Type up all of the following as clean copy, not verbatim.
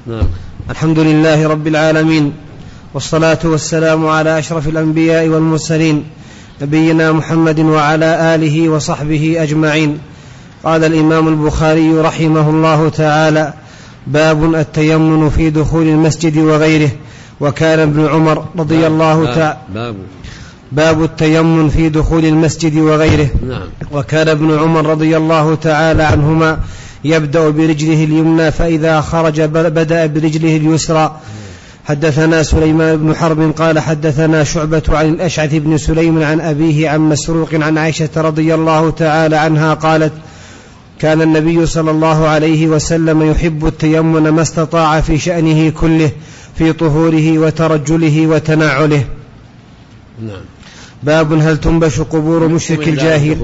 نعم. الحمد لله رب العالمين، والصلاة والسلام على أشرف الأنبياء والمرسلين نبينا محمد وعلى آله وصحبه أجمعين. قال الإمام البخاري رحمه الله تعالى: باب التيمم في دخول المسجد وغيره. وكان ابن عمر رضي الله تعالى باب التيمم في دخول المسجد وغيره. نعم. وكان ابن عمر رضي الله تعالى عنهما يبدأ برجله اليمنى، فإذا خرج بدأ برجله اليسرى. حدثنا سليمان بن حرب قال حدثنا شعبة عن الأشعث بن سليم عن أبيه عن مسروق عن عائشة رضي الله تعالى عنها قالت: كان النبي صلى الله عليه وسلم يحب التيمم ما استطاع في شأنه كله، في طهوره وترجله وتنعله. نعم. باب هل تنبش قبور مشرك الجاهل.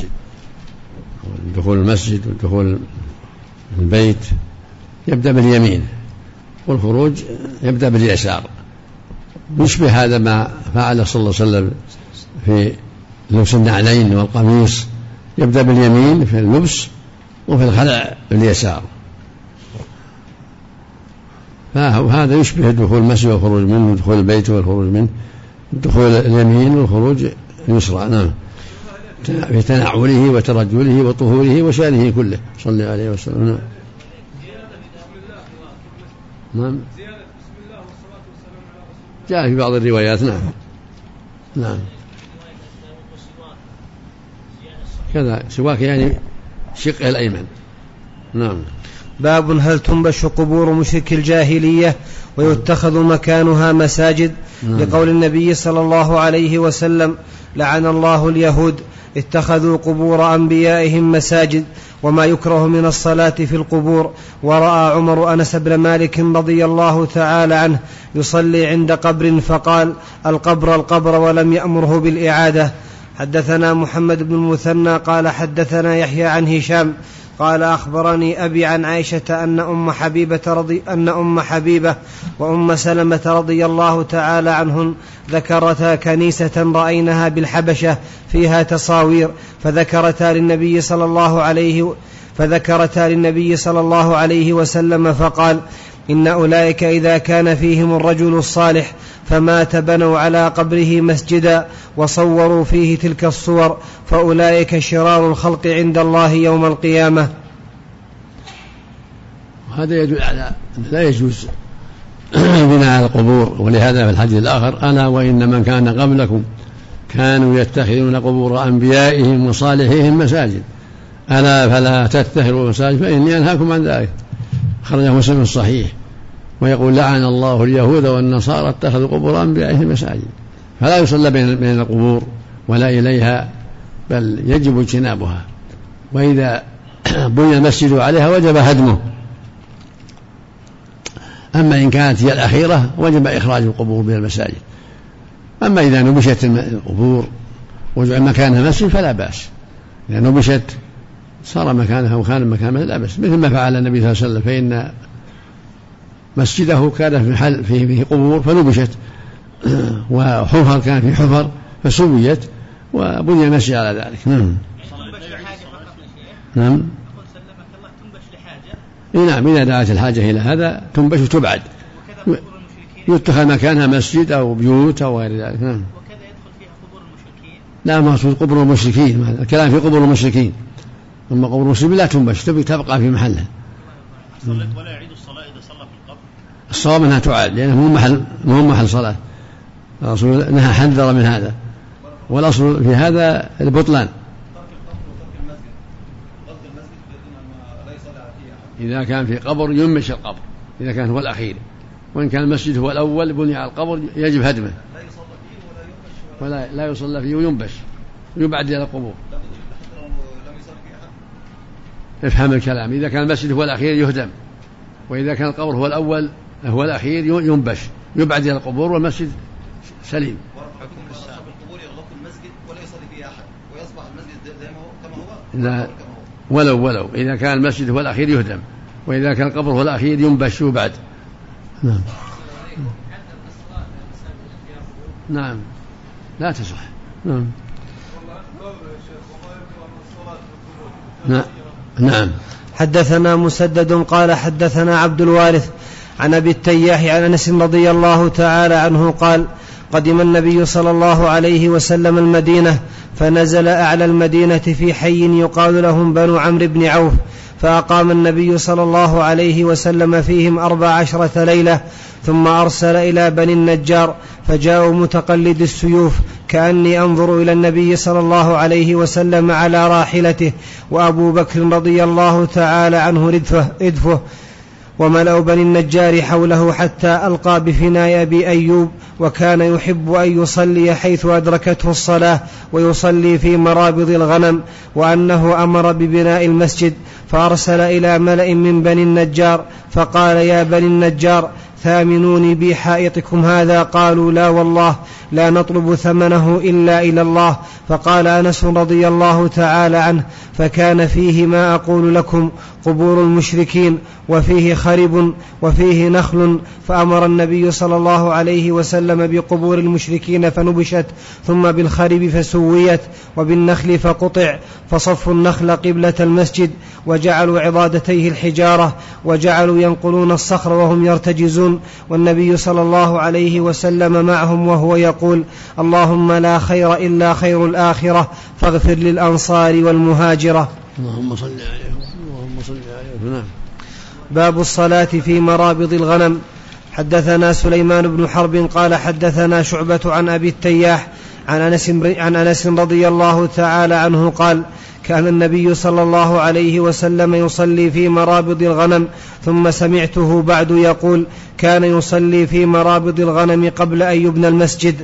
دخول المسجد ودخول البيت يبدأ باليمين، والخروج يبدأ باليسار. يشبه هذا ما فعل صلى الله عليه وسلم في لبس النعلين والقميص، يبدأ باليمين في اللبس وفي الخلع باليسار. فهذا يشبه دخول المسجد والخروج منه، ودخول البيت والخروج منه، دخول اليمين والخروج اليسرى. نعم. في تنعله وترجله وطهوره وشأنه كله صلى عليه وسلم. نعم. جاء في بعض الروايات. نعم. نعم. كذا سواك يعني شق الأيمن. نعم. باب هل تنبش قبور مشرك الجاهلية ويتخذ مكانها مساجد. لقول النبي صلى الله عليه وسلم: لعن الله اليهود اتخذوا قبور أنبيائهم مساجد. وما يكره من الصلاة في القبور. ورأى عمر أنس بن مالك رضي الله تعالى عنه يصلي عند قبر فقال: القبر القبر، ولم يأمره بالإعادة. حدثنا محمد بن المثنى قال حدثنا يحيى عن هشام قال أخبرني أبي عن عائشة أن أم حبيبة وأم سلمة رضي الله تعالى عنهن ذكرتا كنيسة رأينها بالحبشة فيها تصاوير، فذكرتا للنبي صلى الله عليه وسلم فقال: إن أولئك إذا كان فيهم الرجل الصالح فمات بنوا على قبره مسجدا وصوروا فيه تلك الصور، فأولئك شرار الخلق عند الله يوم القيامة. هذا يدل على أن لا يجوز بناء على القبور. ولهذا في الحديث الآخر: ألا وإن من كان قبلكم كانوا يتخذون قبور أنبيائهم وصالحيهم مساجد، ألا فلا تتخذوا مساجد فإني أنهاكم عن ذلك. خرجه مسلم الصحيح. ويقول: لعن الله اليهود والنصارى اتخذوا قبور أنبيائهم مساجد. فلا يصلى بين القبور ولا إليها، بل يجب اجتنابها. وإذا بني المسجد عليها وجب هدمه. أما إن كانت هي الأخيرة وجب إخراج القبور من المساجد. أما إذا نبشت القبور وجعل مكانها مسجد فلا بأس. إذا نبشت صار مكانها وكان مكانها لا بأس، مثل ما فعل النبي صلى الله عليه وسلم، فإن مسجده كان فيه قبور فنبشت، وحفر كان في حفر فسويت، وبني المسجد على ذلك. نعم. نعم. نعم. إذا دعت الحاجة إلى هذا تنبش وتبعد، يتخذ مكانها مسجد أو بيوت أو غير ذلك. نعم. وكذا يدخل فيها قبور المشركين. لا، مقصود قبور المشركين، الكلام في قبور المشركين. أما قبور المسلمين لا تنبش، تبقى في محلها. ولا يعيد الصلاة إذا صلى في القبر. الصواب أنها تعاد، لأنه مو محل صلاة. الرسول نهى حذر من هذا، والأصل في هذا البطلان. إذا كان في قبر ينبش القبر إذا كان هو الأخير، وإن كان المسجد هو الأول بني على القبر يجب هدمه، ولا يصلى فيه وينبش ويبعد إلى القبور. افهم الكلام. إذا كان المسجد هو الأخير يهدم، وإذا كان القبر هو الأول هو الأخير ينبش يبعد إلى القبور، والمسجد سليم. لا، ولو إذا كان المسجد هو الأخير يهدم، وإذا كان القبر هو الأخير ينبش ويبعد. نعم. نعم. لا تصح. نعم. نعم. حدثنا مسدد قال حدثنا عبد الوارث عن أبي التياح عن أنس رضي الله تعالى عنه قال: قدم النبي صلى الله عليه وسلم المدينة، فنزل أعلى المدينة في حي يقال لهم بنو عمرو بن عوف، فأقام النبي صلى الله عليه وسلم فيهم 14 ليلة، ثم أرسل إلى بني النجار، فجاءوا متقلد السيوف، كأني أنظر إلى النبي صلى الله عليه وسلم على راحلته، وأبو بكر رضي الله تعالى عنه ردفه، وملأ بني النجار حوله، حتى ألقى بفناء أبي أيوب، وكان يحب أن يصلي حيث أدركته الصلاة، ويصلي في مرابض الغنم، وأنه أمر ببناء المسجد، فأرسل إلى ملأ من بني النجار فقال: يا بني النجار، ثامنوني بحائطكم هذا. قالوا: لا والله، لا نطلب ثمنه إلا إلى الله. فقال أنس رضي الله تعالى عنه: فكان فيه ما أقول لكم، قبور المشركين، وفيه خرب، وفيه نخل، فأمر النبي صلى الله عليه وسلم بقبور المشركين فنبشت، ثم بالخرب فسويت، وبالنخل فقطع، فصفوا النخل قبلة المسجد، وجعلوا عضادتيه الحجارة، وجعلوا ينقلون الصخر وهم يرتجزون، والنبي صلى الله عليه وسلم معهم وهو يقول: اللهم لا خير إلا خير الآخرة، فاغفر للأنصار والمهاجرة. اللهم صل عليه. اللهم صل عليه. نعم. باب الصلاة في مرابض الغنم. حدثنا سليمان بن حرب قال حدثنا شعبة عن أبي التياح عن أنس رضي الله تعالى عنه قال: كان النبي صلى الله عليه وسلم يصلي في مرابض الغنم، ثم سمعته بعد يقول: كان يصلي في مرابض الغنم قبل أن يبنى المسجد.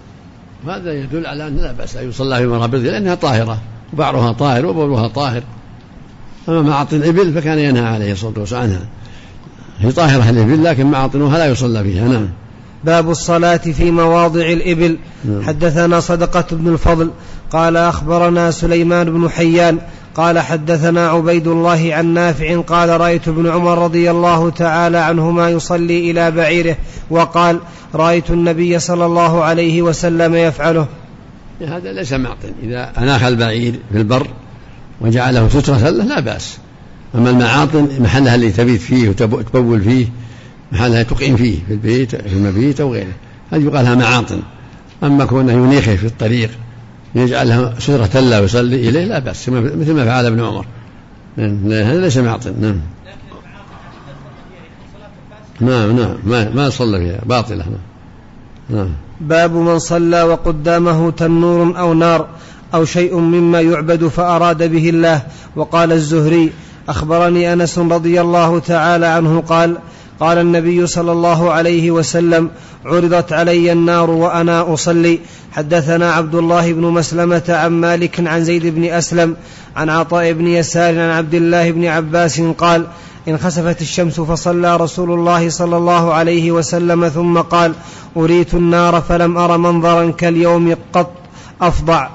هذا يدل على أن لا بأس أن يصلى في مرابض لأنها طاهرة، وبعرها طاهر وبولها طاهر. أما معاطن الإبل فكان ينهى عليه الصلاة والسلام عنها، هي طاهرة الإبل لكن معاطنها لا يصلى فيها. نعم. باب الصلاة في مواضع الإبل. حدثنا صدقة بن الفضل قال أخبرنا سليمان بن حيان قال حدثنا عبيد الله عن نافع قال: رأيت ابن عمر رضي الله تعالى عنهما يصلي إلى بعيره، وقال: رأيت النبي صلى الله عليه وسلم يفعله. هذا ليس معطن، إذا أناخ البعير في البر وجعله سترة له لا بأس. أما المعاطن محلها اللي تبيت فيه وتبول فيه، محلها تقيم فيه في البيت في المبيت أو غيره، هذه يقال لها معاطن. أما كونه ينيخه في الطريق يجعلها سترة له ويصلي إليه لا بأس، مثل ما فعل ابن عمر. هذا ليس معطن. نعم. ما صلى فيها باطلة. نعم. باب من صلى وقدامه تنور أو نار أو شيء مما يعبد فأراد به الله. وقال الزهري: أخبرني أنس رضي الله تعالى عنه قال النبي صلى الله عليه وسلم: عرضت علي النار وأنا أصلي. حدثنا عبد الله بن مسلمة عن مالك عن زيد بن أسلم عن عطاء بن يسار عن عبد الله بن عباس قال: انخسفت الشمس فصلى رسول الله صلى الله عليه وسلم ثم قال: أريت النار فلم أر منظرا كاليوم قط أفظع.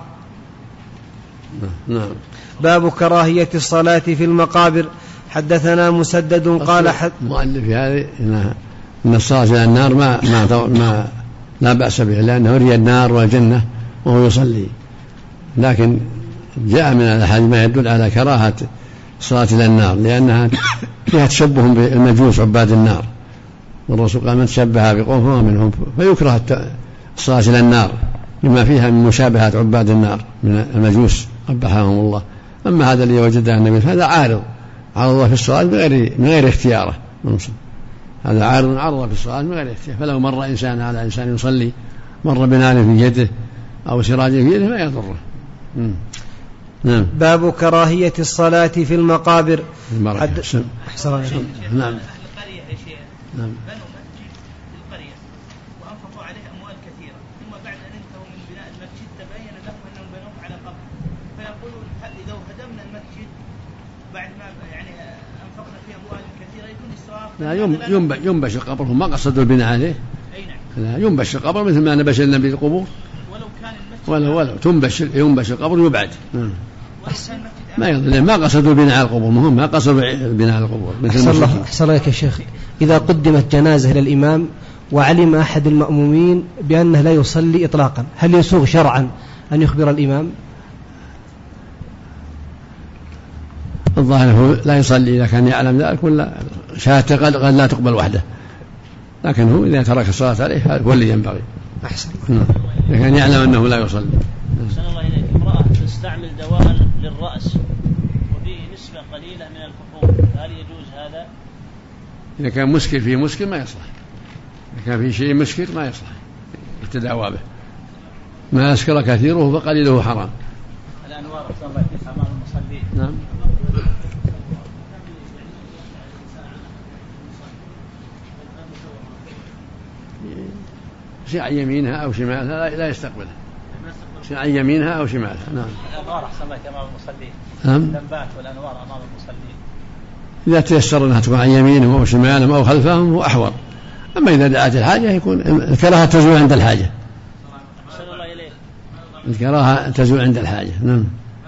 نعم. باب كراهية الصلاة في المقابر. حدثنا مسدد قال مؤلف في هذه إن الصلاة إلى النار ما لا بأس به، لأنه يري النار والجنة وهو يصلي، لكن جاء من الأحاديث ما يدل على كراهة الصلاة إلى النار، لأنها فيها تشبه بالمجوس عباد النار، والرسول قال: من تشبه بقوم فهو منهم، فيكره الصلاة إلى النار لما فيها من مشابهة عباد النار من المجوس قبحهم الله. أما هذا اللي وجده النبي هذا عارض في الصلاة من غير اختياره، هذا عارض في الصلاة من غير اختياره، فلو مر إنسان على إنسان يصلي مر بنار في يده أو سراج في يده ما يضره. نعم. باب كراهية الصلاة في المقابر. نعم. أهل القرية يا شيخ بنوا مسجد في القرية وأنفقوا عليه أموال كثيرة، ثم بعد أن انتهوا من بناء المسجد تبين لهم أنهم بنوه على قبر، فيقولون: إذا هدمنا المسجد بعد ما أنفقنا فيه أموال كثيرة يكون إسراف. لا ينبش القبر، هم ما قصدوا البناء عليه. لا ينبش القبر مثل ما نبش النبي القبور، ولو كان المسجد ولو ينبش القبر يبعد. ما قصدوا البناء على القبور، مهم ما قصدوا البناء على القبور. أحسن الله يا شيخ. إذا قدمت جنازة إلى الإمام وعلم أحد المأمومين بأنه لا يصلي إطلاقا، هل يسوغ شرعا أن يخبر الإمام؟ الظاهر هو لا يصلي إذا كان يعلم ذلك، ولا شهادته قد لا تقبل وحده، لكن هو إذا ترك الصلاة عليه هو اللي ينبغي. أحسن. لكن يعلم أنه لا يصلي. أحسن الله إليك. امرأة تستعمل دواء للرأس وفيه نسبة قليلة من الكحول، هل يجوز هذا؟ إذا كان مسكر فيه مسكر ما يصلح، إذا كان فيه شيء مسكر ما يصلح يتداوى به. ما أسكر كثيره فقليله حرام. الأنوار أحسن الله إليك أمام المصلين. نعم. شيء عن يمينها أو شمالها لا يستقبلها، شيء عن يمينها أو شمالها. نعم. الأنوار أحسن الله أمام المصلين. نعم. اللمبات والأنوار أمام المصلين إذا تيسر أنها تكون عن يمينهم أو شمالهم أو خلفهم هو أحوط. أما إذا دعت الحاجة يكون الكراهة تزول عند الحاجة. أحسن الله إليك. الكراهة تزول عند الحاجة. نعم.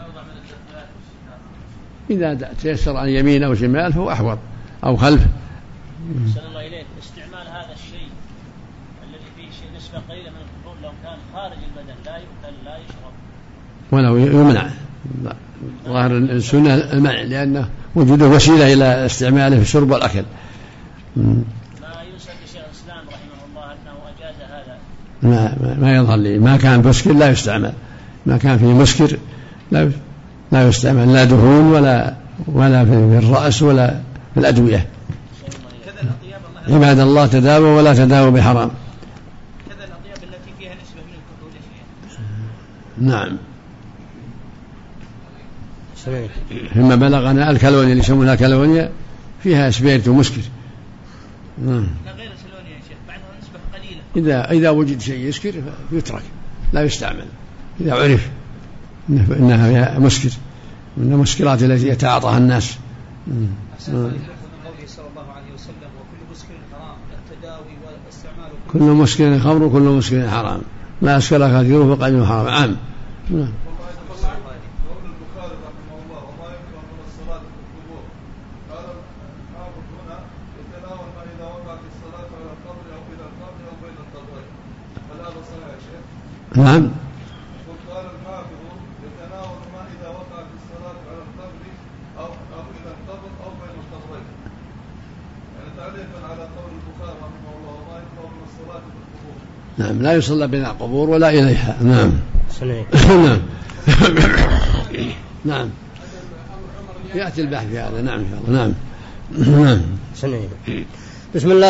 إذا تيسر عن يمين أو شمال فهو أحوط أو خلف. أحسن الله إليك. استعمال هذا الشيء الذي فيه شيء نسبة قليلة من الكحول لو كان خارج البدن لا يؤكل لا يشرب ولو يمنع. ظاهر السنة المنع لأنه وجوده وسيلة إلى استعماله في الشرب والأكل. ما ينسب لشيخ الإسلام رحمه الله أنه أجاز هذا. ما يظهر لي. ما كان مسكر لا يستعمل، ما كان فيه مسكر لا يستعمل، لا دهون ولا في الرأس ولا في الأدوية. عباد الله تداووا ولا تداووا بحرام. كذا الأطياب التي فيها نسبة من الكحول شيء. نعم. فيما بلغنا الكالونيا اللي يسمونها الكالونيا فيها سبيرت ومسكر. لا غير الكالونيا يا شيخ بعدها نسبة قليلة. إذا وجد شيء يسكر يترك لا يستعمل إذا عرف إنها فيها مسكر من المسكرات التي يتعاطاها الناس. كل مسكر خمر وكل مسكر حرام، ما أسكر كثيره فقليله حرام. عام. نعم. قال الحافظ يتناول ما إذا وقع في الصلاة على القبر أو إلى القبر أو بين القبرين، يعني تعليقا على قول البخاري رحمه الله وما يقرأ من الصلاة في القبور. نعم لا يصلى بين القبور ولا إليها. نعم. نعم. نعم. يأتي البحث في هذا. نعم إن شاء الله. نعم. نعم. بسم الله.